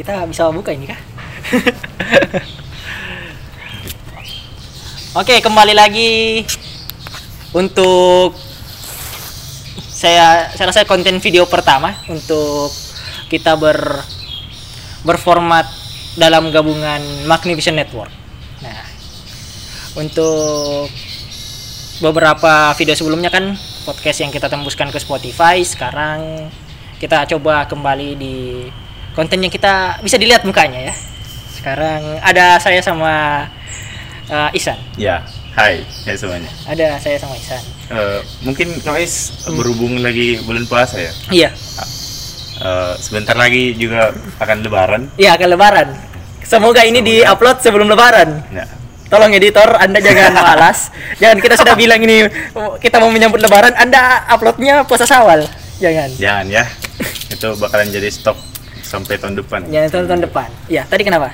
Kita bisa buka ini kah? Oke, kembali lagi untuk saya rasa konten video pertama untuk kita berformat dalam gabungan Magnificent Network. Nah, untuk beberapa video sebelumnya kan podcast yang kita tembuskan ke Spotify, sekarang kita coba kembali di konten yang kita bisa dilihat mukanya ya. Sekarang ada saya sama Ihsan. Ya, hai semuanya. Ada saya sama Ihsan. Mungkin guys berhubung lagi bulan puasa ya. Iya. Sebentar lagi juga akan Lebaran. Iya, akan Lebaran. Semoga ini di-upload sebelum Lebaran. Nah. Tolong editor, Anda jangan malas. Jangan, kita sudah bilang ini kita mau menyambut Lebaran, Anda uploadnya puasa Syawal. Jangan ya. Itu bakalan jadi stok sampai tahun depan. Ya, tahun depan. Ya, tadi kenapa?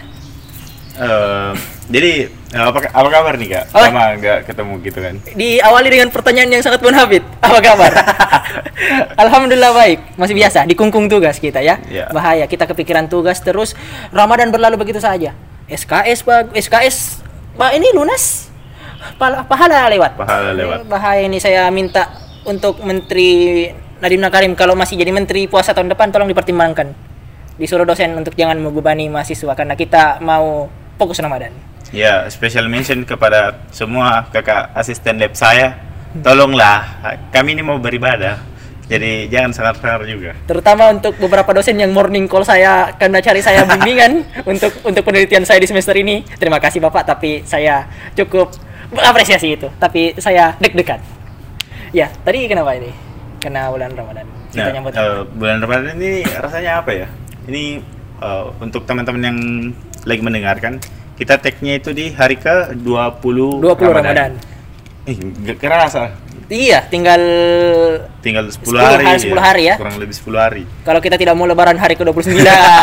Jadi apa kabar nih Kak? Lama nggak ketemu gitu kan? Diawali dengan pertanyaan yang sangat bonafit. Apa kabar? Alhamdulillah baik. Masih biasa dikungkung tugas kita ya. Bahaya kita kepikiran tugas terus. Ramadan berlalu begitu saja. SKS Pak ini lunas. Pahala lewat. Bahaya ini, saya minta untuk Menteri Nadiem Makarim kalau masih jadi menteri puasa tahun depan tolong dipertimbangkan. Disuruh dosen untuk jangan membebani mahasiswa karena kita mau fokus Ramadan. Ya, special mention kepada semua kakak asisten lab saya. Tolonglah, kami ini mau beribadah. Jadi jangan sangar-sangar juga. Terutama untuk beberapa dosen yang morning call saya karena cari saya bimbingan untuk penelitian saya di semester ini. Terima kasih Bapak, tapi saya cukup mengapresiasi itu. Tapi saya deg-degan. Ya, tadi kenapa ini? Kena bulan Ramadan. Kita nyambut bulan Ramadan ini rasanya apa ya? Ini untuk teman-teman yang lagi mendengarkan, kita tag-nya itu di hari ke-20 Ramadan. Gak kerasa. Iya, tinggal 10 hari ya. Kurang lebih 10 hari. Kalau kita tidak mau Lebaran hari ke-29.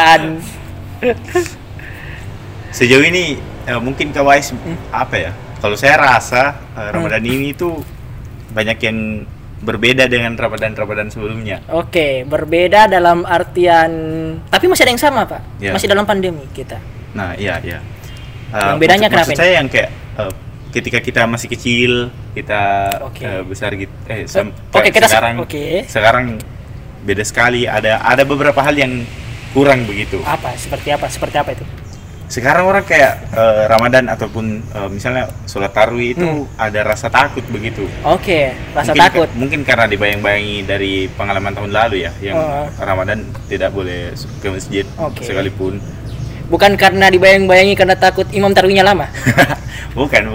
Sejauh ini mungkin Kak Wais apa ya? Kalau saya rasa Ramadan ini tuh banyak yang berbeda dengan Ramadan sebelumnya. Oke, berbeda dalam artian tapi masih ada yang sama, Pak. Ya. Masih dalam pandemi kita. Nah, iya. Yang bedanya kenapa? Maksud saya yang kayak ketika kita masih kecil, kita besar gitu. Sekarang beda sekali. Ada beberapa hal yang kurang begitu. Seperti apa itu? Sekarang orang kayak Ramadan ataupun misalnya sholat tarawih itu ada rasa takut begitu. Rasa takut. Mungkin karena dibayang-bayangi dari pengalaman tahun lalu ya, yang Ramadan tidak boleh ke masjid sekalipun. Bukan karena dibayang-bayangi karena takut imam tarawihnya lama. Bukan.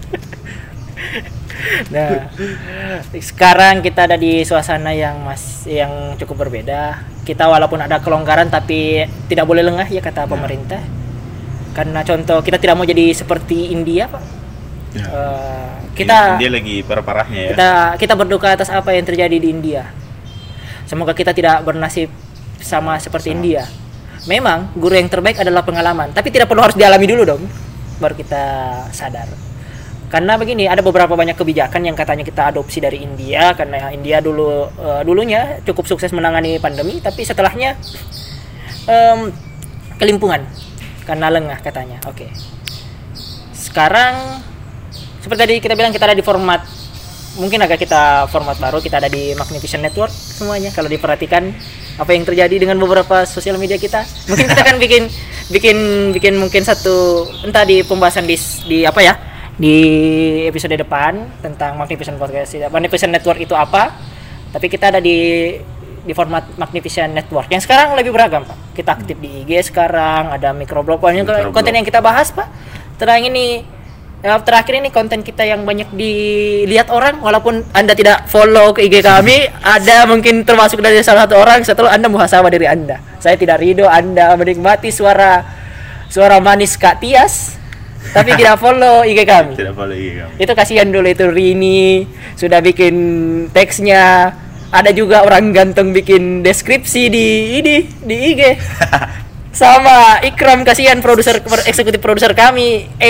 Nah, sekarang kita ada di suasana yang cukup berbeda. Kita walaupun ada kelonggaran tapi tidak boleh lengah ya kata pemerintah. Karena contoh kita tidak mau jadi seperti India, Pak. India lagi parah-parahnya ya. Kita berduka atas apa yang terjadi di India. Semoga kita tidak bernasib sama seperti India. Memang guru yang terbaik adalah pengalaman, tapi tidak perlu harus dialami dulu dong, baru kita sadar. Karena begini, ada beberapa banyak kebijakan yang katanya kita adopsi dari India, karena India dulunya cukup sukses menangani pandemi, tapi setelahnya kelimpungan karena lengah katanya. Sekarang seperti tadi kita bilang, kita ada di format, mungkin agak kita format baru, kita ada di Magnificent Network semuanya. Kalau diperhatikan apa yang terjadi dengan beberapa sosial media kita, mungkin kita akan bikin mungkin satu entah di pembahasan di apa ya, di episode depan tentang Magnificent Podcast, Magnificent Network itu apa. Tapi kita ada di format Magnificent Network yang sekarang lebih beragam, Pak. Kita aktif di IG sekarang, ada microblog, konten yang kita bahas, Pak. Terakhir ini konten kita yang banyak dilihat orang, walaupun Anda tidak follow ke IG kami, ada mungkin termasuk dari salah satu orang, setelah Anda muhasabah diri Anda. Saya tidak ridho Anda menikmati suara manis Kak Tias, tapi tidak follow IG kami. Itu kasihan dulu itu Rini sudah bikin teksnya, ada juga orang ganteng bikin deskripsi di IG. Sama Ikram, kasihan eksekutif produser kami edit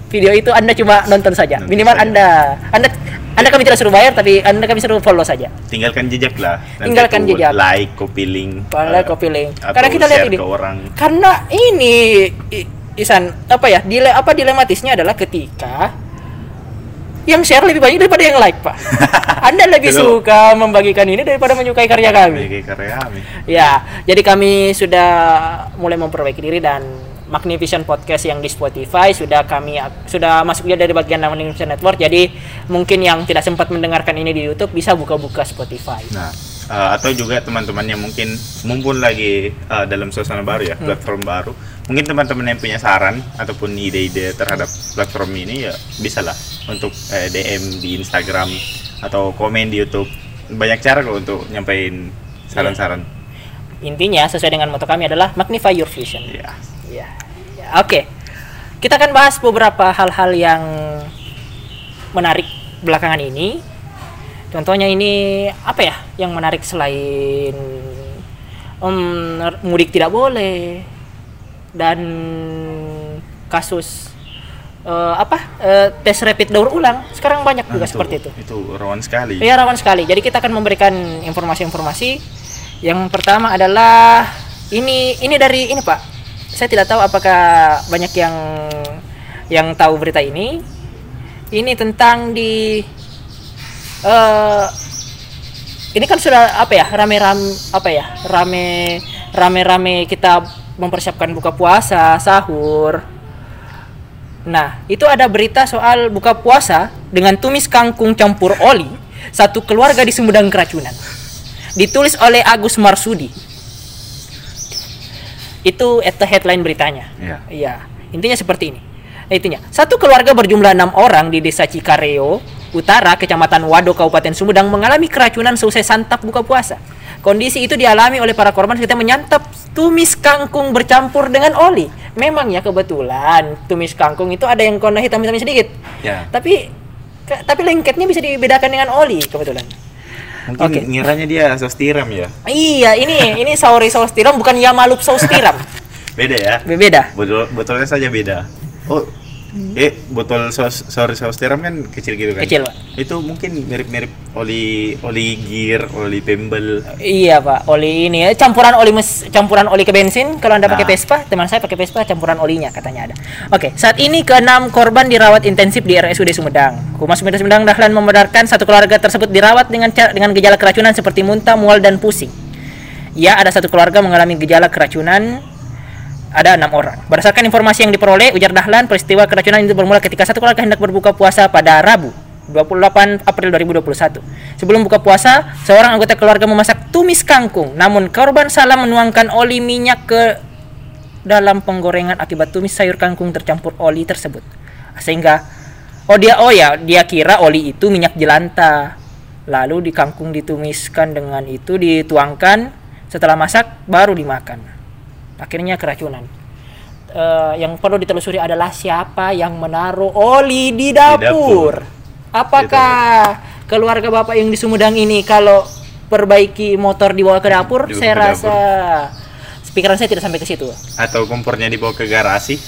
video itu Anda cuma nonton saja. Minimal Anda kami tidak suruh bayar, tapi Anda kami suruh follow saja. Tinggalkan jejak lah. Tinggalkan jejak. Like, copy link. Copy link. Karena kita lihat ini. Karena ini Isan, dilematisnya adalah ketika yang share lebih banyak daripada yang like, Pak. Anda lebih suka membagikan ini daripada menyukai karya kami. Ya, jadi kami sudah mulai memperbaiki diri dan Magnificent Podcast yang di Spotify sudah masuk juga dari bagian Magnificent Network. Jadi mungkin yang tidak sempat mendengarkan ini di YouTube bisa buka-buka Spotify. Nah, atau juga teman-teman yang mungkin mumpun lagi dalam suasana baru ya, platform baru. Mungkin teman-teman yang punya saran ataupun ide-ide terhadap platform ini ya bisalah untuk DM di Instagram atau komen di YouTube. Banyak cara kok untuk nyampein saran-saran. Intinya sesuai dengan moto kami adalah magnify your vision. Ya. Oke. Kita akan bahas beberapa hal-hal yang menarik belakangan ini. Contohnya ini apa ya yang menarik selain mudik tidak boleh dan kasus tes rapid daur ulang sekarang banyak juga seperti itu. Itu rawan sekali. Iya, rawan sekali. Jadi kita akan memberikan informasi-informasi. Yang pertama adalah ini dari ini, Pak. Saya tidak tahu apakah banyak yang tahu berita ini. Ini tentang ini kan sudah rame-rame kita mempersiapkan buka puasa, sahur. Nah, itu ada berita soal buka puasa dengan tumis kangkung campur oli, satu keluarga di Sumedang keracunan. Ditulis oleh Agus Marsudi. Itu headline beritanya. Iya. Intinya seperti ini. Intinya, satu keluarga berjumlah 6 orang di Desa Cikareo Utara, Kecamatan Wado, Kabupaten Sumedang mengalami keracunan seusai santap buka puasa. Kondisi itu dialami oleh para korban ketika menyantap tumis kangkung bercampur dengan oli. Memang ya kebetulan tumis kangkung itu ada yang warna hitam-hitam sedikit. Ya. Tapi lengketnya bisa dibedakan dengan oli kebetulan. Mungkin ngiranya dia saus tiram ya. Iya, ini sauri saus tiram bukan Yamalup saus tiram. Beda ya? Beda. Botolnya saja beda. Oh, botol saus tiram kan kecil gitu kan? Kecil, Pak. Itu mungkin mirip-mirip oli gear, oli pembel. Iya, Pak. Oli ini ya, campuran oli ke bensin. Kalau Anda pakai Vespa, teman saya pakai Vespa campuran olinya katanya ada. Oke, saat ini ke-6 korban dirawat intensif di RSUD Sumedang. Humas Sumedang Dahlan membenarkan satu keluarga tersebut dirawat dengan gejala keracunan seperti muntah, mual dan pusing. Ya, ada satu keluarga mengalami gejala keracunan. Ada 6 orang. Berdasarkan informasi yang diperoleh, ujar Dahlan, peristiwa keracunan itu bermula ketika satu keluarga hendak berbuka puasa pada Rabu, 28 April 2021. Sebelum buka puasa, seorang anggota keluarga memasak tumis kangkung. Namun korban salah menuangkan oli minyak ke dalam penggorengan akibat tumis sayur kangkung tercampur oli tersebut. Sehingga dia kira oli itu minyak jelantah. Lalu di kangkung ditumiskan dengan itu dituangkan, setelah masak baru dimakan. Akhirnya keracunan. Yang perlu ditelusuri adalah siapa yang menaruh oli di dapur. Apakah keluarga Bapak yang di Sumedang ini kalau perbaiki motor dibawa ke dapur? Saya rasa pikiran saya tidak sampai ke situ. Atau kompornya dibawa ke garasi?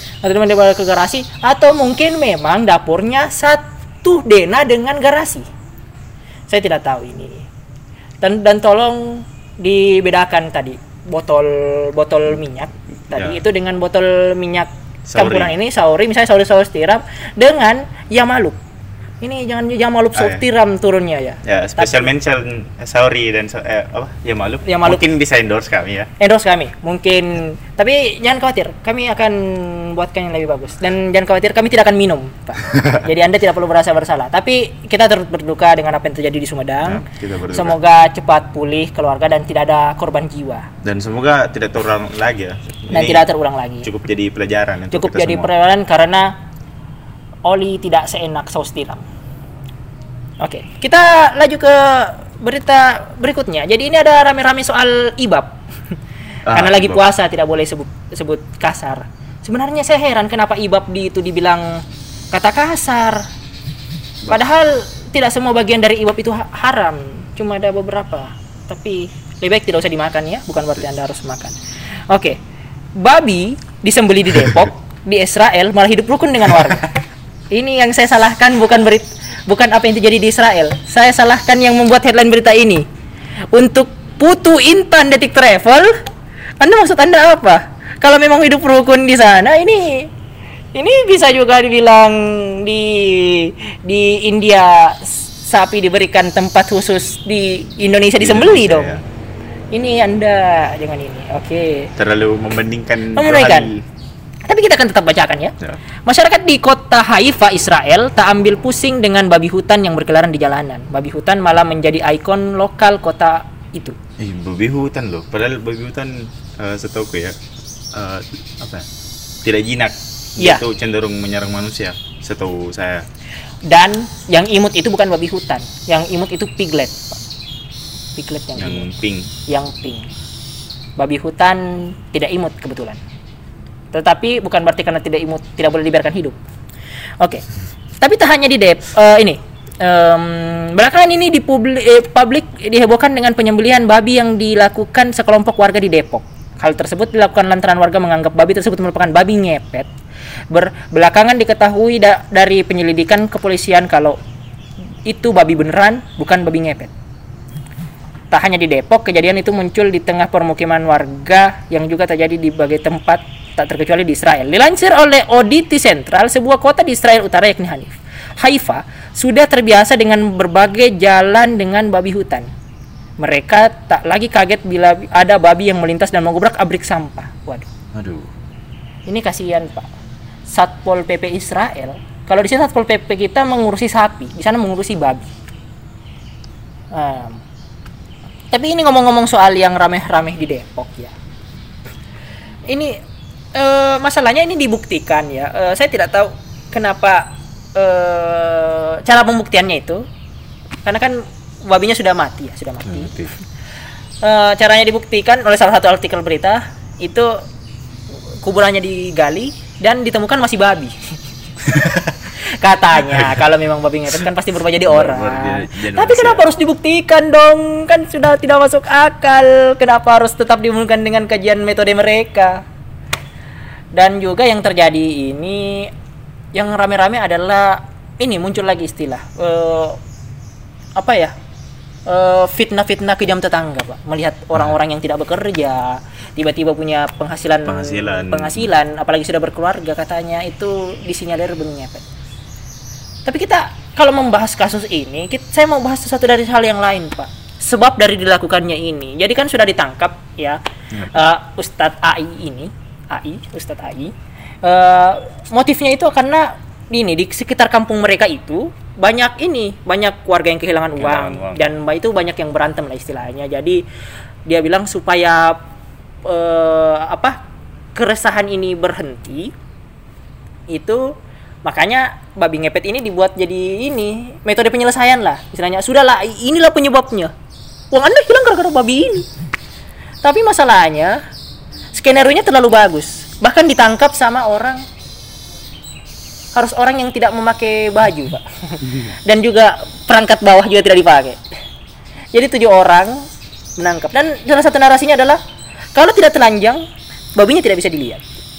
Atau mungkin memang dapurnya satu dena dengan garasi. Saya tidak tahu ini. Dan tolong dibedakan tadi. Botol minyak tadi itu dengan botol minyak campuran ini sauri, misalnya saus tiram dengan Yamalup. Ini jangan Yamalup saus tiram turunnya ya. Ya, special mention sauri dan Yamalup. Mungkin bisa endorse kami ya. Endorse kami. Mungkin, tapi jangan khawatir, kami akan buatkan yang lebih bagus. Dan jangan khawatir, kami tidak akan minum, Pak. Jadi Anda tidak perlu merasa bersalah. Tapi kita turut berduka dengan apa yang terjadi di Sumedang. Semoga cepat pulih keluarga dan tidak ada korban jiwa. Dan semoga tidak terulang lagi ya. Tidak terulang lagi. Cukup jadi pelajaran. Cukup jadi pelajaran karena oli tidak seenak saus tiram. Oke, kita laju ke berita berikutnya. Jadi ini ada rame-rame soal IBAB. Karena lagi puasa tidak boleh sebut kasar. Sebenarnya saya heran kenapa IBAB itu dibilang kata kasar. Padahal tidak semua bagian dari IBAB itu haram. Cuma ada beberapa. Tapi lebih baik tidak usah dimakan ya, bukan berarti Anda harus makan. Oke. Babi disembeli di Depok, di Israel malah hidup rukun dengan warga. Ini yang saya salahkan bukan apa yang terjadi di Israel. Saya salahkan yang membuat headline berita ini. Untuk Putu Intan Detik Travel, Anda maksud Anda apa? Kalau memang hidup rukun di sana, ini bisa juga dibilang di India sapi diberikan tempat khusus, di Indonesia disembeli dong. Ya. Ini Anda jangan ini. Oke. Terlalu membandingkan. Tapi kita akan tetap bacakan ya. Masyarakat di kota Haifa, Israel tak ambil pusing dengan babi hutan yang berkeliaran di jalanan. Babi hutan malah menjadi ikon lokal kota itu. Babi hutan loh. Padahal babi hutan setahu ya tidak jinak. Ya. Itu cenderung menyerang manusia setahu saya. Dan yang imut itu bukan babi hutan. Yang imut itu piglet. Piglet yang pink. Yang pink. Babi hutan tidak imut kebetulan. Tetapi bukan berarti karena tidak imut tidak boleh dibiarkan hidup. Oke. Tapi tak hanya di belakangan ini di publik dihebohkan dengan penyembelihan babi yang dilakukan sekelompok warga di Depok. Hal tersebut dilakukan lantaran warga menganggap babi tersebut merupakan babi ngepet. Belakangan diketahui dari penyelidikan kepolisian kalau itu babi beneran, bukan babi ngepet. Tak hanya di Depok, kejadian itu muncul di tengah permukiman warga yang juga terjadi di berbagai tempat, tak terkecuali di Israel. Dilansir oleh Oditi Central, sebuah kota di Israel Utara yakni Haifa, sudah terbiasa dengan berbagai jalan dengan babi hutan. Mereka tak lagi kaget bila ada babi yang melintas dan mengobrak-abrik sampah. Waduh. Ini kasihan, Pak. Satpol PP Israel. Kalau di sini Satpol PP kita mengurusi sapi, di sana mengurusi babi. Tapi ini ngomong-ngomong soal yang rameh-rameh di Depok ya. Ini masalahnya ini dibuktikan ya. Saya tidak tahu kenapa cara pembuktiannya itu. Karena kan babinya sudah mati ya, sudah mati. Caranya dibuktikan oleh salah satu artikel berita itu kuburannya digali dan ditemukan masih babi. Katanya kalau memang babi ngepet kan pasti berubah jadi orang. Tapi kenapa harus dibuktikan dong? Kan sudah tidak masuk akal. Kenapa harus tetap dimulihkan dengan kajian metode mereka? Dan juga yang terjadi ini yang rame-rame adalah ini muncul lagi istilah fitnah-fitnah kejam tetangga, Pak. Melihat orang-orang yang tidak bekerja tiba-tiba punya penghasilan apalagi sudah berkeluarga, katanya itu disinyalir babi ngepet. Tapi kita kalau membahas kasus ini, saya mau bahas sesuatu dari hal yang lain, Pak. Sebab dari dilakukannya ini. Jadi kan sudah ditangkap ya, Ustadz Ustadz AI. Motifnya itu karena ini di sekitar kampung mereka itu banyak warga yang kehilangan uang. Dan itu banyak yang berantem lah istilahnya. Jadi dia bilang supaya keresahan ini berhenti, itu makanya babi ngepet ini dibuat jadi ini metode penyelesaian lah istilahnya. Sudahlah, inilah penyebabnya, uang Anda hilang gara-gara babi ini. Tapi masalahnya skenario-nya terlalu bagus, bahkan ditangkap sama harus orang yang tidak memakai baju, Pak. Dan juga perangkat bawah juga tidak dipakai. Jadi 7 orang menangkap. Dan salah satu narasinya adalah kalau tidak telanjang, babinya tidak bisa dilihat.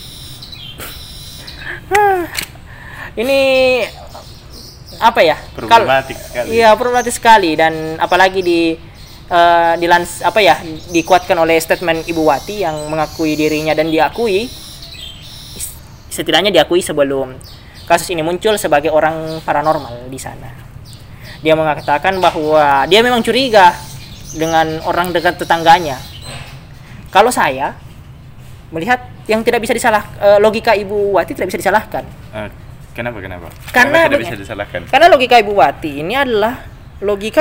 Ini apa ya? Problematik sekali. Iya, problematik sekali. Dan apalagi dikuatkan oleh statement Ibu Wati yang mengakui dirinya dan setidaknya diakui sebelum kasus ini muncul sebagai orang paranormal di sana. Dia mengatakan bahwa dia memang curiga dengan orang dekat tetangganya. Kalau saya melihat yang tidak bisa logika Ibu Wati tidak bisa disalahkan. Kenapa? Karena tidak bisa disalahkan? Karena logika Ibu Wati ini adalah logika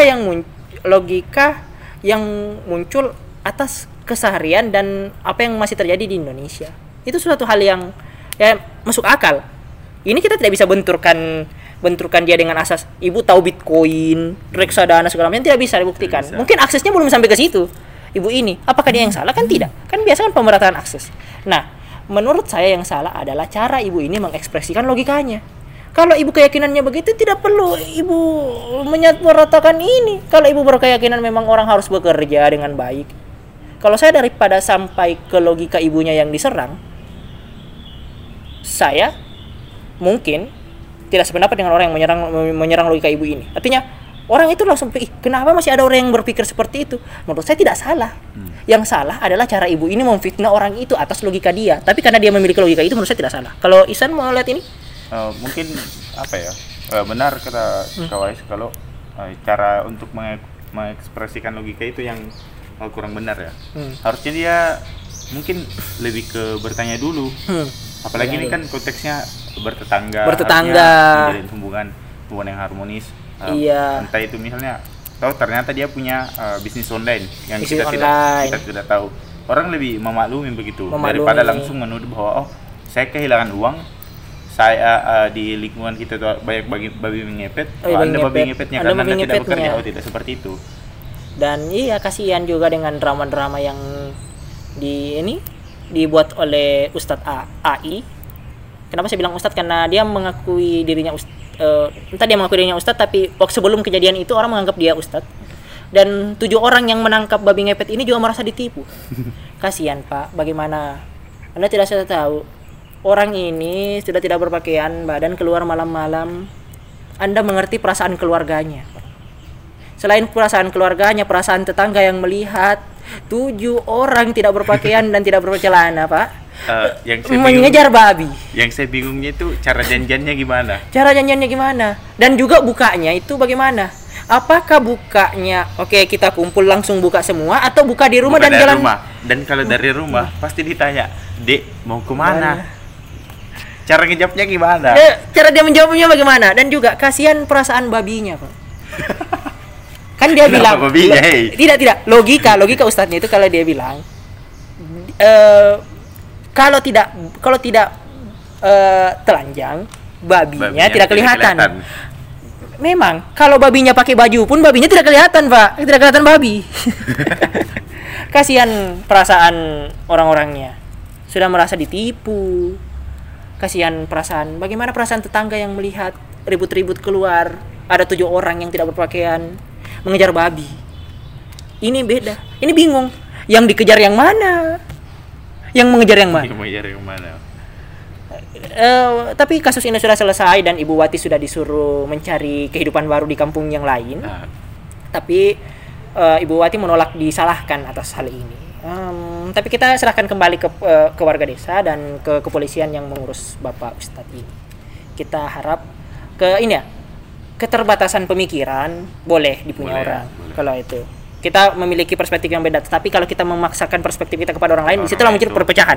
yang muncul atas keseharian dan apa yang masih terjadi di Indonesia. Itu suatu hal yang masuk akal. Ini kita tidak bisa benturkan dia dengan asas Ibu tahu Bitcoin, reksadana segala macam, tidak bisa dibuktikan. Mungkin aksesnya belum sampai ke situ. Ibu ini, apakah dia yang salah? Kan tidak. Kan biasa kan pemerataan akses. Nah, menurut saya yang salah adalah cara Ibu ini mengekspresikan logikanya. Kalau Ibu keyakinannya begitu, tidak perlu Ibu meratakan ini. Kalau Ibu berkeyakinan memang orang harus bekerja dengan baik. Kalau saya daripada sampai ke logika Ibunya yang diserang, saya mungkin tidak sependapat dengan orang yang menyerang logika ibu ini. Artinya orang itu langsung pikir, kenapa masih ada orang yang berpikir seperti itu? Menurut saya tidak salah. Yang salah adalah cara ibu ini memfitnah orang itu atas logika dia. Tapi karena dia memiliki logika itu, menurut saya tidak salah. Kalau Ihsan mau lihat ini? Mungkin apa ya? Benar kata Kawais kalau cara untuk mengekspresikan logika itu yang kurang benar ya. Harusnya dia mungkin lebih ke bertanya dulu. Apalagi ini kan konteksnya bertetangga. Menjalin hubungan yang harmonis. Entah itu misalnya ternyata dia punya bisnis online yang kita tidak tahu. Orang lebih memaklumi begitu daripada langsung menuduh bahwa saya kehilangan uang, saya di lingkungan kita tuh banyak babi ngepet. Anda babi ngepetnya karena Anda tidak bekerja. Tidak seperti itu. Dan iya, kasihan juga dengan drama-drama yang dibuat oleh Ustadz AI. Kenapa saya bilang Ustadz? Karena dia mengakui dirinya entah dia mengakui dirinya Ustadz, tapi waktu sebelum kejadian itu orang menganggap dia Ustadz. Dan 7 orang yang menangkap babi ngepet ini juga merasa ditipu. Kasihan Pak, bagaimana Anda tidak sudah tahu orang ini sudah tidak berpakaian, badan keluar malam-malam. Anda mengerti perasaan keluarganya. Selain perasaan keluarganya, perasaan tetangga yang melihat 7 orang tidak berpakaian dan tidak bercelana, Pak. Mengejar babi. Yang saya bingungnya itu cara janjiannya gimana? Dan juga bukanya itu bagaimana? Apakah bukanya kita kumpul langsung buka semua, atau buka di rumah dan jalan? Dan kalau dari rumah pasti ditanya, "Dek, mau kemana?" Cara ngejawabnya gimana? Cara dia menjawabnya bagaimana? Dan juga kasihan perasaan babinya, Pak. Kan dia bilang babinya, tidak logika ustadznya itu kalau dia bilang kalau tidak telanjang, babinya tidak kelihatan. Memang kalau babinya pakai baju pun babinya tidak kelihatan, Pak. Tidak kelihatan babi. Kasihan perasaan orang-orangnya. Sudah merasa ditipu. Kasihan perasaan. Bagaimana perasaan tetangga yang melihat ribut-ribut keluar, ada 7 orang yang tidak berpakaian mengejar babi. Ini beda. Ini bingung. Yang dikejar yang mana? Yang mengejar yang mana? Tapi kasus ini sudah selesai dan Ibu Wati sudah disuruh mencari kehidupan baru di kampung yang lain. Tapi Ibu Wati menolak disalahkan atas hal ini. Tapi kita serahkan kembali ke warga desa dan ke kepolisian yang mengurus Bapak Ustadz ini. Kita harap keterbatasan pemikiran boleh dipunya orang. Kalau itu kita memiliki perspektif yang beda, tapi kalau kita memaksakan perspektif kita kepada orang lain, disitulah muncul perpecahan.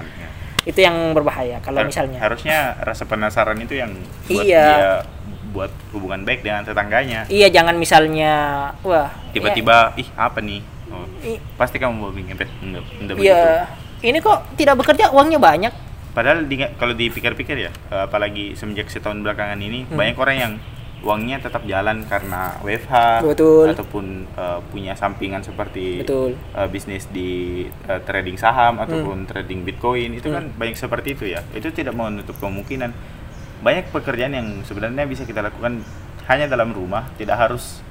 Itu yang berbahaya. Kalau misalnya harusnya rasa penasaran itu yang buat dia buat hubungan baik dengan tetangganya. Iya, jangan misalnya tiba-tiba apa nih? Pasti kamu mau ngepet. Iya. Ini kok tidak bekerja, uangnya banyak. Padahal kalau dipikir-pikir ya, apalagi semenjak setahun belakangan ini banyak orang yang uangnya tetap jalan karena WFH. Betul. Ataupun punya sampingan seperti bisnis di trading saham ataupun trading Bitcoin. Itu kan banyak seperti itu ya. Itu tidak menutup kemungkinan banyak pekerjaan yang sebenarnya bisa kita lakukan hanya dalam rumah, tidak harus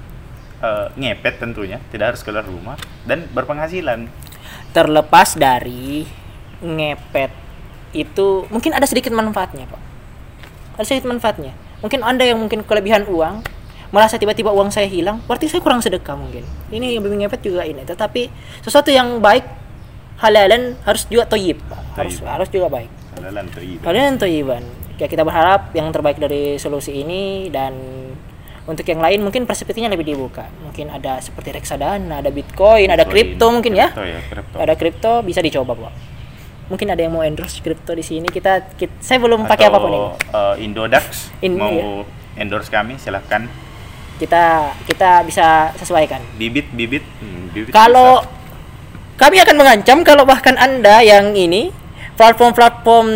ngepet tentunya, tidak harus keluar rumah dan berpenghasilan. Terlepas dari ngepet itu mungkin ada sedikit manfaatnya, Pak. Ada sedikit manfaatnya. Mungkin Anda yang mungkin kelebihan uang, merasa tiba-tiba uang saya hilang, berarti saya kurang sedekah mungkin. Ini yang bimbing ngepet juga ini. Tetapi sesuatu yang baik, halalan harus juga thayyib, Pak. Harus juga baik. Halalan thayyiban. Ya, kita berharap yang terbaik dari solusi ini, dan untuk yang lain mungkin perspektifnya lebih dibuka. Mungkin ada seperti reksadana, ada Bitcoin, ada kripto mungkin ya. Ada kripto bisa dicoba, Pak. Mungkin ada yang mau endorse kripto di sini. Saya belum pakai apapun ini. Indodax mau endorse kami, silahkan. Kita bisa sesuaikan. Bibit. Kalau kami akan mengancam kalau bahkan Anda yang ini platform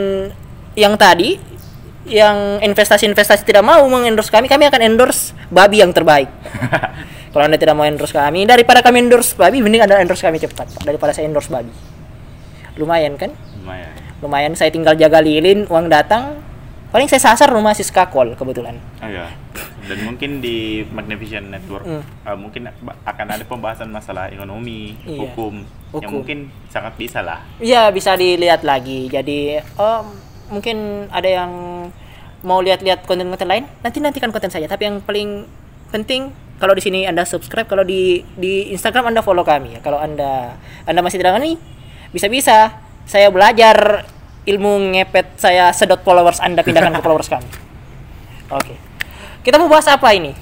yang tadi yang investasi tidak mau mengendorse kami akan endorse babi yang terbaik. Kalau Anda tidak mau endorse kami, daripada kami endorse babi, mending Anda endorse kami cepat, Pak, daripada saya endorse babi. Lumayan kan? Lumayan, saya tinggal jaga lilin, uang datang. Paling saya sasar rumah Siska Kol kebetulan. Iya. Dan mungkin di Magnificent Network mungkin akan ada pembahasan masalah ekonomi, hukum yang mungkin sangat bisa lah. Iya, bisa dilihat lagi. Jadi mungkin ada yang mau lihat-lihat konten-konten lain, nantikan konten saya. Tapi yang paling penting, kalau di sini Anda subscribe, kalau di Instagram Anda follow kami ya. Kalau Anda masih tidak nih, bisa-bisa saya belajar ilmu ngepet, saya sedot followers Anda, pindahkan ke followers kami. Oke. Kita mau bahas apa ini?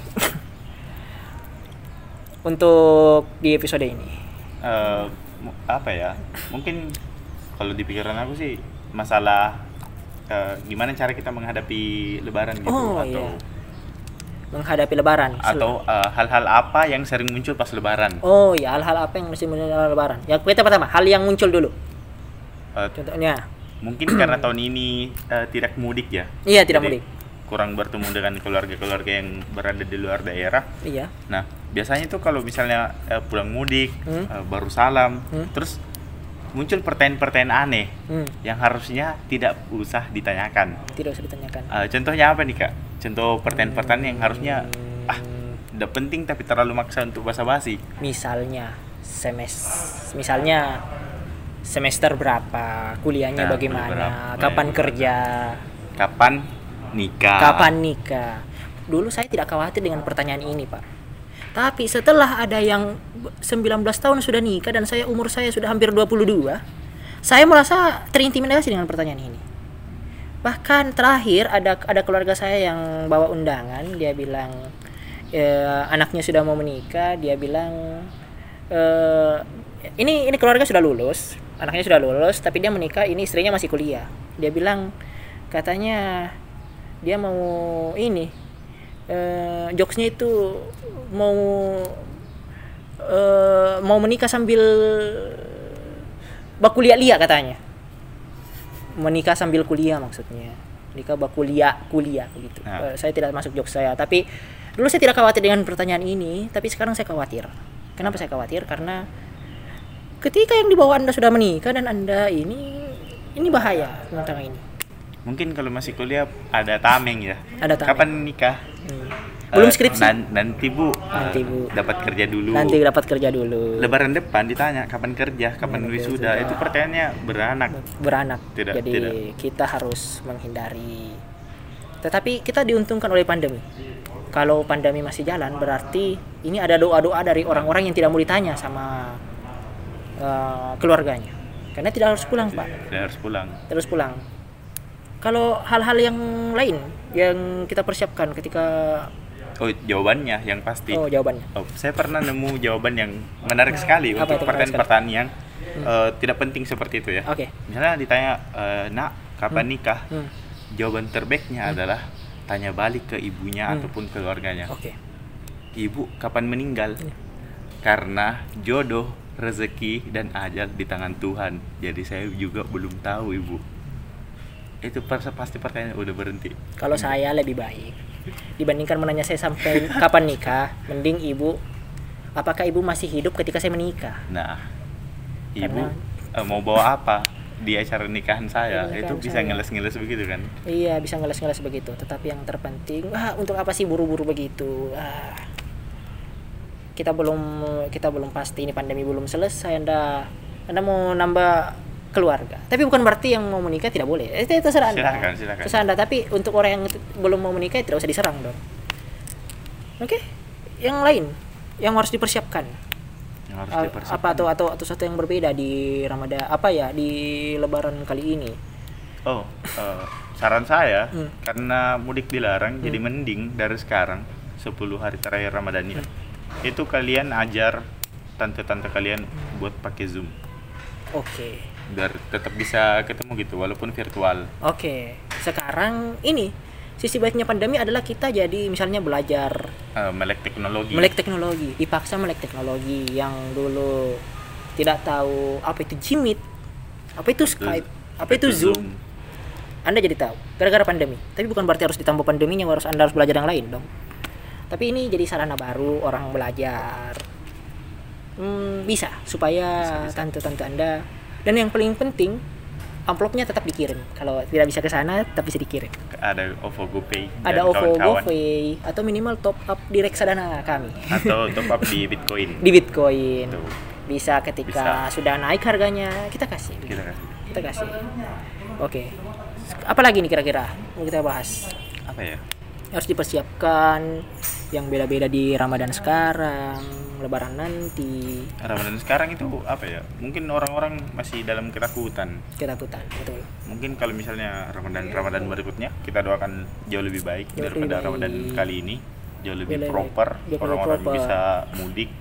Untuk di episode ini. Apa ya? Mungkin kalau di pikiran aku sih masalah gimana cara kita menghadapi lebaran gitu, atau iya. Menghadapi lebaran atau hal-hal apa yang sering muncul pas lebaran. Oh iya, hal-hal apa yang mesti muncul lebaran. Yang kita pertama, hal yang muncul dulu. Contohnya mungkin karena tahun ini tidak mudik ya. Iya, tidak mudik. Kurang bertemu dengan keluarga-keluarga yang berada di luar daerah. Iya. Nah, biasanya itu kalau misalnya pulang mudik, baru salam, terus muncul pertanyaan-pertanyaan aneh yang harusnya tidak usah ditanyakan. Tidak usah ditanyakan. Contohnya apa nih Kak? Contoh pertanyaan-pertanyaan yang harusnya udah penting tapi terlalu maksa untuk basa-basi. Misalnya semester berapa, kuliahnya bagaimana, kapan kerja, kapan nikah. Dulu saya tidak khawatir dengan pertanyaan ini, Pak. Tapi setelah ada yang 19 tahun sudah nikah dan umur saya sudah hampir 22, saya merasa terintimidasi dengan pertanyaan ini. Bahkan terakhir ada keluarga saya yang bawa undangan, dia bilang anaknya sudah mau menikah, dia bilang ini keluarga sudah lulus, anaknya sudah lulus tapi dia menikah, ini istrinya masih kuliah. Dia bilang katanya dia mau jokesnya itu mau menikah sambil bakuliah katanya. Menikah sambil kuliah maksudnya. Nikah bakuliah gitu. Saya tidak masuk jokes saya, tapi dulu saya tidak khawatir dengan pertanyaan ini, tapi sekarang saya khawatir. Kenapa saya khawatir? Karena ketika yang dibawa Anda sudah menikah dan Anda ini bahaya tentang ini. Mungkin kalau masih kuliah ada tameng ya. Ada tameng. Kapan nikah? Belum skripsi. Nanti bu. Dapat kerja dulu. Nanti dapat kerja dulu. Lebaran depan ditanya kapan kerja, kapan wisuda. Itu pertanyaannya beranak. Jadi kita harus menghindari. Tetapi kita diuntungkan oleh pandemi. Kalau pandemi masih jalan, berarti ini ada doa-doa dari orang-orang yang tidak mau ditanya sama keluarganya. Karena tidak harus pulang, Pak. Terus pulang. Kalau hal-hal yang lain yang kita persiapkan ketika jawabannya yang pasti. Jawabannya. Saya pernah nemu jawaban yang menarik sekali untuk pertanyaan-pertanyaan yang tidak penting seperti itu ya. Okay. Misalnya ditanya, "Nak, kapan nikah?" Jawaban terbaiknya adalah tanya balik ke ibunya ataupun keluarganya. Okay. Ibu, kapan meninggal? Karena jodoh, rezeki dan ajal di tangan Tuhan. Jadi saya juga belum tahu, Ibu. Itu pasti pertanyaan udah berhenti. Kalau saya lebih baik dibandingkan menanya saya sampai kapan nikah, mending ibu, apakah ibu masih hidup ketika saya menikah? Nah, ibu mau bawa apa di acara nikahan saya? Itu bisa ngeles-ngeles begitu kan? Iya, bisa ngeles-ngeles begitu. Tetapi yang terpenting, untuk apa sih buru-buru begitu? Kita belum pasti, ini pandemi belum selesai. Anda mau nambah keluarga, tapi bukan berarti yang mau menikah tidak boleh. Itu terserah Anda. Silakan. Terserah Anda, tapi untuk orang yang belum mau menikah tidak usah diserang dong. Oke. Yang lain yang harus dipersiapkan. Apa atau sesuatu yang berbeda di Ramadan di Lebaran kali ini? Saran saya karena mudik dilarang, jadi mending dari sekarang 10 hari terakhir Ramadan ini itu kalian ajar tante-tante kalian buat pakai Zoom. Oke. Biar tetap bisa ketemu gitu walaupun virtual. Oke. Sekarang ini sisi baiknya pandemi adalah kita jadi misalnya belajar melek teknologi, dipaksa melek teknologi. Yang dulu tidak tahu apa itu Jimit, apa itu Skype, apa itu Zoom. Anda jadi tahu gara-gara pandemi. Tapi bukan berarti harus ditambah pandeminya Anda harus belajar yang lain dong. Tapi ini jadi sarana baru orang belajar. Bisa supaya tante-tante Anda. Dan yang paling penting, amplopnya tetap dikirim. Kalau tidak bisa ke sana, tetap bisa dikirim. Ada OVO GoPay. Ada OVO GoPay atau minimal top up di reksadana kami. Atau top up di Bitcoin. Di Bitcoin. Bisa ketika sudah naik harganya, kita kasih. Kita kasih. Oke. Apa lagi nih kira-kira mau kita bahas? apa ya? Harus dipersiapkan yang beda-beda di Ramadan sekarang, Lebaran nanti. Ramadan sekarang itu apa ya? Mungkin orang-orang masih dalam ketakutan. Ketakutan, betul. Mungkin kalau misalnya Ramadan berikutnya kita doakan jauh lebih baik Jauh daripada lebih baik. Ramadan kali ini. Jauh lebih proper, Jauh lebih orang-orang proper. bisa mudik.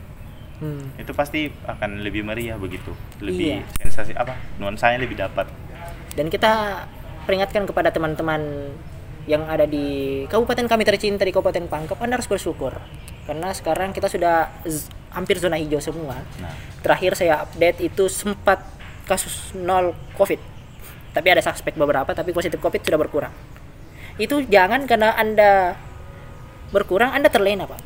Itu pasti akan lebih meriah begitu. Lebih Iya. sensasi apa? Nuansanya lebih dapat. Dan kita peringatkan kepada teman-teman yang ada di kabupaten kami tercinta di Kabupaten Pangkep, Anda harus bersyukur karena sekarang kita sudah hampir zona hijau semua. Nah, Terakhir saya update itu sempat kasus 0 COVID, tapi ada suspek beberapa, tapi positif COVID sudah berkurang. Itu jangan karena Anda berkurang Anda terlena, Pak.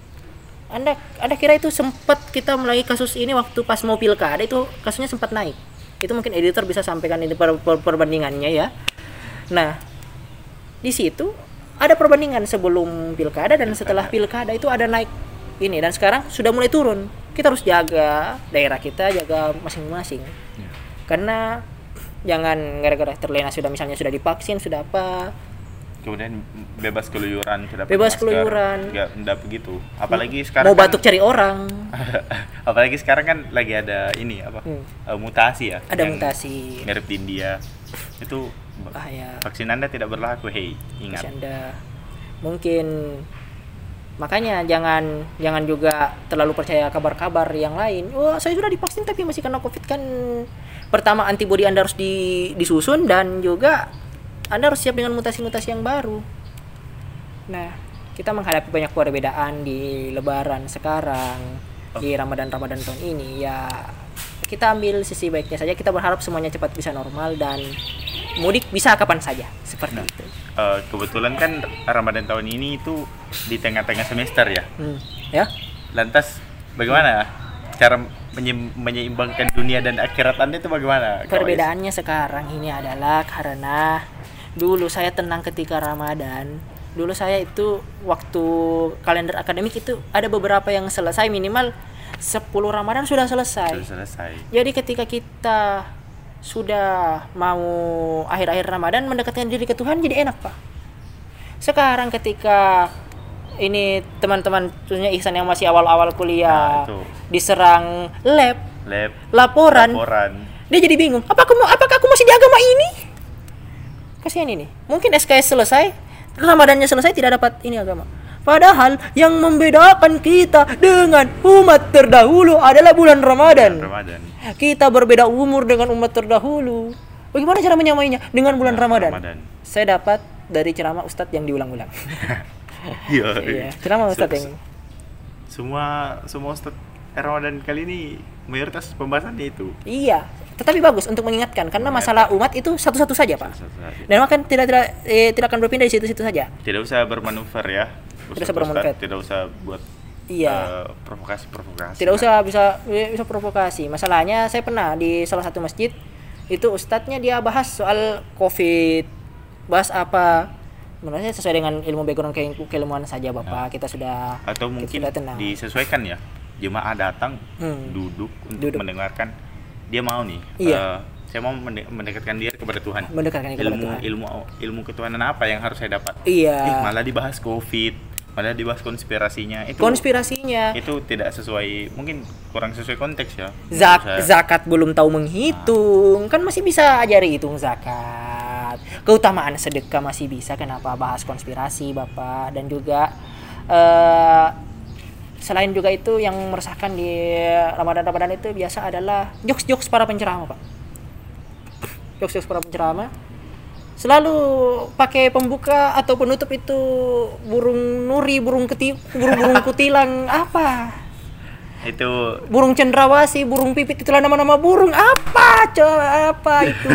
Anda kira itu sempat kita mulai kasus ini waktu pas mau pilkada itu kasusnya sempat naik. Itu mungkin editor bisa sampaikan ini perbandingannya ya. Nah, di situ ada perbandingan sebelum pilkada dan setelah pilkada itu ada naik ini, dan sekarang sudah mulai turun. Kita harus jaga daerah kita, jaga masing-masing. Karena jangan gara-gara terlena sudah misalnya sudah divaksin, sudah apa, kemudian bebas keluyuran, bebas keluyuran, enggak begitu. Apalagi sekarang mau batuk cari orang. Apalagi sekarang kan lagi ada ini apa? Mutasi ya. Ada mutasi. Mirip di India. Itu bahaya. Vaksin Anda tidak berlaku, ingat. Anda mungkin makanya jangan juga terlalu percaya kabar-kabar yang lain. Wah, saya sudah divaksin tapi masih kena COVID kan. Pertama antibodi Anda harus disusun dan juga Anda harus siap dengan mutasi-mutasi yang baru. Nah, kita menghadapi banyak perbedaan di Lebaran sekarang, di Ramadan tahun ini. Ya, kita ambil sisi baiknya saja. Kita berharap semuanya cepat bisa normal dan mudik bisa kapan saja, seperti itu. Kebetulan kan Ramadan tahun ini itu di tengah-tengah semester ya. Ya. Lantas bagaimana cara menyeimbangkan dunia dan akhirat Anda itu bagaimana? Perbedaannya sekarang ini adalah karena dulu saya tenang ketika Ramadan. Dulu saya itu waktu kalender akademik itu ada beberapa yang selesai, minimal 10 Ramadan sudah selesai. Jadi ketika kita sudah mau akhir-akhir Ramadan mendekatkan diri ke Tuhan jadi enak, Pak. Sekarang ketika ini teman-teman khususnya Ihsan yang masih awal-awal kuliah diserang laporan, dia jadi bingung. Apakah aku masih di agama ini? Kasihan ini. Mungkin SKS selesai, Ramadannya selesai tidak dapat ini agama. Padahal yang membedakan kita dengan umat terdahulu adalah bulan Ramadan. Kita berbeda umur dengan umat terdahulu. Bagaimana cara menyamainya dengan bulan Ramadan? Saya dapat dari ceramah Ustadz yang diulang-ulang. Iya, ceramah Ustadz yang semua Ustadz Ramadan kali ini mayoritas pembahasannya itu. Iya, tetapi bagus untuk mengingatkan karena masalah umat itu satu-satu saja, Pak. Dan maka tidak akan berpindah di situ-situ saja. Tidak usah bermanuver ya. Tidak usah buat provokasi. Tidak usah bisa provokasi. Masalahnya saya pernah di salah satu masjid itu ustadznya dia bahas soal COVID, bahas apa. Menurut saya sesuai dengan ilmu background keilmuan saja, Bapak. Kita sudah atau mungkin disesuaikan ya. Jemaah datang duduk untuk mendengarkan. Dia mau nih. Iya. Saya mau mendekatkan diri kepada Tuhan. Mendekatkan kepada Tuhan. Ilmu ketuhanan apa yang harus saya dapat? Iya. Malah dibahas COVID, malah dibahas konspirasinya. Itu tidak sesuai, mungkin kurang sesuai konteks ya. Zakat belum tahu menghitung, kan masih bisa ajari hitung zakat. Keutamaan sedekah masih bisa, kenapa bahas konspirasi, Bapak? Dan juga selain juga itu yang meresahkan di Ramadan itu biasa adalah jokes para penceramah, Pak. Jokes para penceramah selalu pakai pembuka atau penutup itu burung nuri, burung kutilang apa? Itu burung cendrawasih, burung pipit, itulah nama-nama burung apa itu?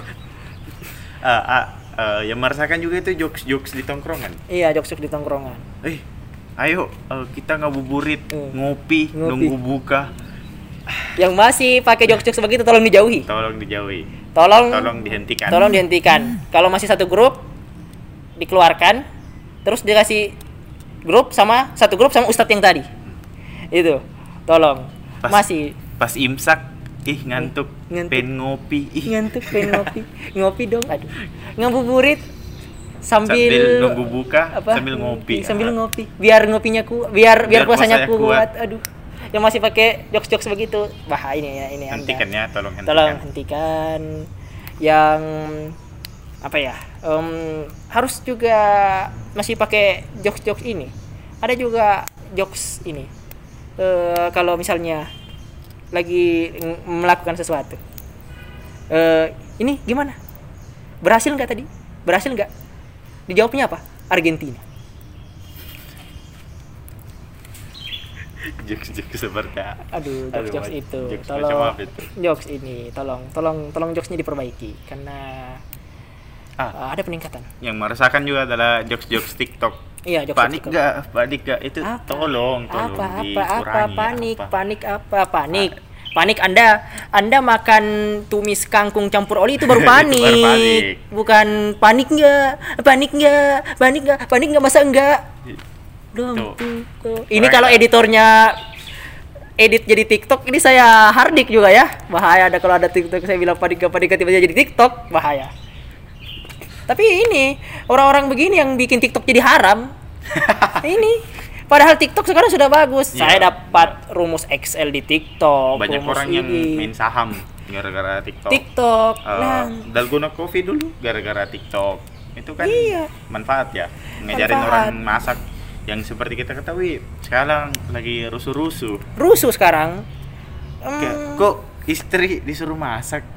Yang meresahkan juga itu jokes di tongkrongan. Iya, jokes di tongkrongan. Ayo kita ngabuburit, ngopi, nunggu buka. Yang masih pakai jokes begitu tolong dijauhi. Tolong dihentikan. Kalau masih satu grup dikeluarkan, terus dikasih satu grup sama ustadz yang tadi. Itu. Tolong. Pas imsak, ngantuk. Pengen ngopi. Ngantuk pengen ngopi. Ngopi dong, aduh. Ngabuburit sambil nunggu buka, sambil ngopi. Sambil ngopi. Biar ngopinya biar puasanya kuat. Aduh. Yang masih pakai jokes-jokes begitu. Bah, ini hentikan Anda. Ya, tolong hentikan. Yang apa ya? Harus juga masih pakai jokes-jokes ini. Ada juga jokes ini. Kalau misalnya lagi melakukan sesuatu. Ini gimana? Berhasil nggak tadi? Berhasil nggak? Dijawabnya apa? Argentina. Jokes seperti jokes itu. Jokes ini tolong jokesnya diperbaiki karena ada peningkatan. Yang meresahkan juga adalah jokes TikTok. Iya, jokes panik gak itu apa? tolong dikurangi. Panik Anda makan tumis kangkung campur oli itu baru panik. Bukan panik enggak masa enggak. Ini kalau editornya edit jadi TikTok ini saya hardik juga ya. Bahaya ada kalau ada TikTok saya bilang panik tiba-tiba jadi TikTok, bahaya. Tapi ini orang-orang begini yang bikin TikTok jadi haram. Ini padahal TikTok sekarang sudah bagus. Ya, saya dapat rumus Excel di TikTok. Banyak orang yang main saham gara-gara TikTok. Dalgona Coffee dulu gara-gara TikTok. Itu kan manfaat ya. Ngajarin orang masak yang seperti kita ketahui sekarang lagi rusuh sekarang. Kok istri disuruh masak?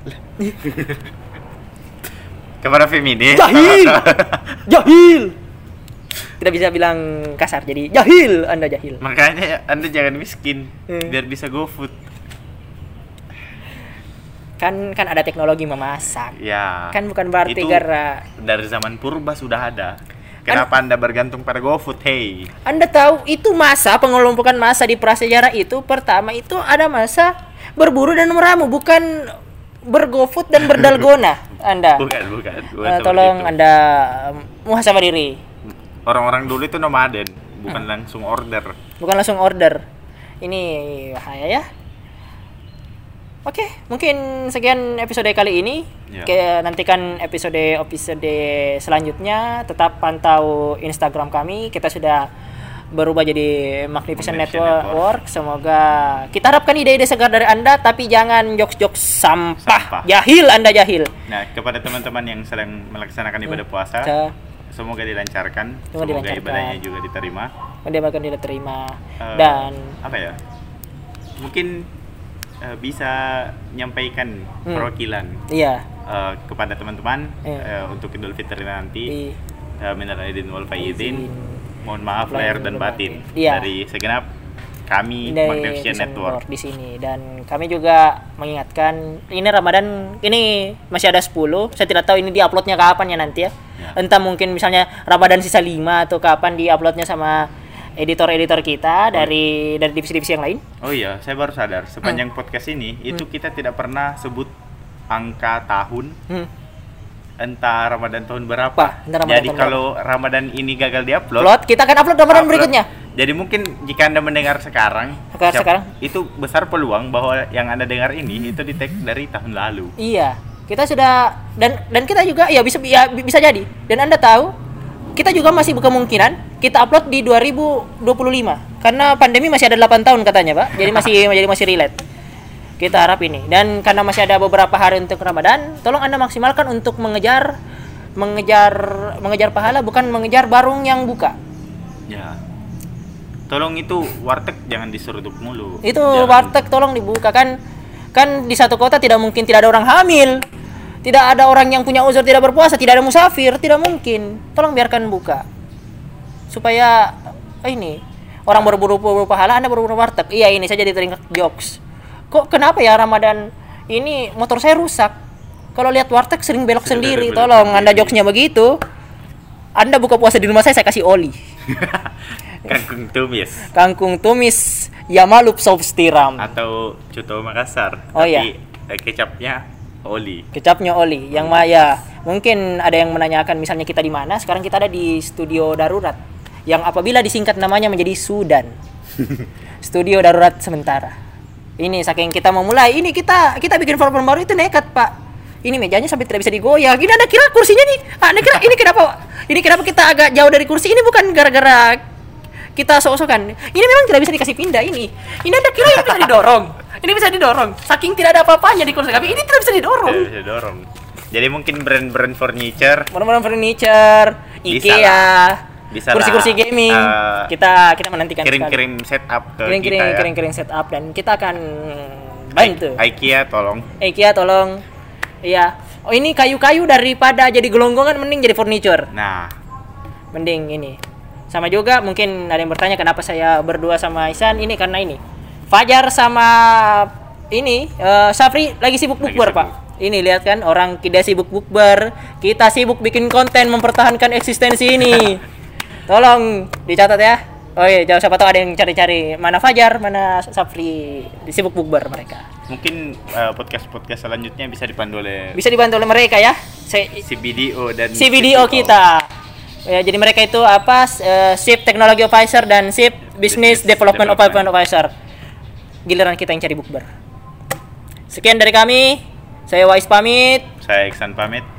Kepada feminis. Jahil. Tidak bisa bilang kasar, jadi jahil, Anda jahil. Makanya Anda jangan miskin, biar bisa GoFood. Kan ada teknologi memasak. Ya. Kan bukan berarti gara dari zaman purba sudah ada. Kenapa Anda bergantung pada GoFood? Hey. Anda tahu itu pengelompokan massa di prasejarah itu pertama itu ada masa berburu dan meramu, bukan berGoFood dan berdalgona. Anda. Bukan. Tolong Anda muhasabah diri. Orang-orang dulu itu nomaden, bukan langsung order. Ini bahaya ya. Oke, mungkin sekian episode kali ini. Nantikan episode selanjutnya. Tetap pantau Instagram kami. Kita sudah berubah jadi Magnificent Network. Semoga kita harapkan ide-ide segar dari Anda, tapi jangan jokes-jokes sampah. Jahil, Anda jahil. Nah, kepada teman-teman yang sedang melaksanakan ibadah puasa, semoga dilancarkan. Semoga ibadahnya juga diterima. Dan apa ya? Mungkin bisa menyampaikan perwakilan kepada teman-teman untuk Idul Fitri nanti. Minal aidin wal faizin. Mohon maaf lahir dan batin dari segenap kami Magnificent Network di sini. Dan kami juga mengingatkan ini Ramadan ini masih ada 10. Saya tidak tahu ini diuploadnya kapan ya nanti ya. Entah mungkin misalnya Ramadan sisa 5 atau kapan diuploadnya sama editor-editor kita dari divisi-divisi yang lain. Oh iya, saya baru sadar sepanjang podcast ini itu kita tidak pernah sebut angka tahun. Entah Ramadan tahun berapa. Jadi kalau Ramadan ini gagal diupload, kita akan upload Ramadan berikutnya. Jadi mungkin jika Anda mendengar sekarang, itu besar peluang bahwa yang Anda dengar ini itu di-tag dari tahun lalu. Iya. Kita sudah dan kita juga bisa jadi. Dan Anda tahu, kita juga masih berkemungkinan kita upload di 2025 karena pandemi masih ada 8 tahun katanya, Pak. Jadi masih relate. Kita harap ini. Dan karena masih ada beberapa hari untuk Ramadan, tolong Anda maksimalkan untuk mengejar pahala, bukan mengejar warung yang buka. Ya. Tolong itu warteg jangan disuruh tutup mulu. Itu warteg tolong dibuka kan di satu kota tidak mungkin tidak ada orang hamil. Tidak ada orang yang punya uzur tidak berpuasa, tidak ada musafir, tidak mungkin. Tolong biarkan buka. Supaya ini orang berburu pahala, Anda berburu warteg. Iya, ini saya jadi teringat jokes. Kok kenapa ya Ramadan ini motor saya rusak? Kalau lihat warteg sering belok sendiri. Tolong Anda jokesnya begitu. Anda buka puasa di rumah saya kasih oli. Kangkung tumis Yamalup Sauce Tiram atau Coto Makassar. Tapi kecapnya oli. Yang Maya mungkin ada yang menanyakan misalnya kita di mana. Sekarang kita ada di studio darurat yang apabila disingkat namanya menjadi Sudan. Studio darurat sementara. Ini saking kita mau mulai ini kita bikin form baru itu nekat, Pak. ini mejanya sampai tidak bisa digoyah. Gini Anda kira kursinya nih, Anda kira ini kenapa kita agak jauh dari kursi? Ini bukan gara-gara kita sok-sokan. Ini memang tidak bisa dikasih pindah ini. Ini Anda kira ini bisa didorong. Ini bisa didorong. Saking tidak ada apa-apanya di kursi kami, ini tidak bisa didorong. Tidak bisa didorong. Jadi mungkin brand furniture, IKEA, bisa kursi-kursi gaming. Kita menantikan kirim setup ke kita ya. Kirim setup dan kita akan bantu. IKEA tolong. Iya. Oh, ini kayu-kayu daripada jadi gelonggongan mending jadi furniture. Nah, mending ini. Sama juga mungkin ada yang bertanya kenapa saya berdua sama Ihsan, ini karena ini. Fajar sama ini Safri lagi sibuk bukber, Pak. Ini lihat kan, orang kita sibuk bukber, kita sibuk bikin konten mempertahankan eksistensi ini. Tolong dicatat ya. Oh iya, jangan siapa tahu ada yang cari-cari mana Fajar, mana Safri, sibuk bukber mereka. Mungkin podcast selanjutnya bisa dibantu oleh mereka ya. CBDO kita. Ya, jadi mereka itu apa? Chief Technology Officer dan Chief Business Development Officer. Giliran kita yang cari bukber. Sekian dari kami. Saya Wais pamit. Saya Iksan pamit.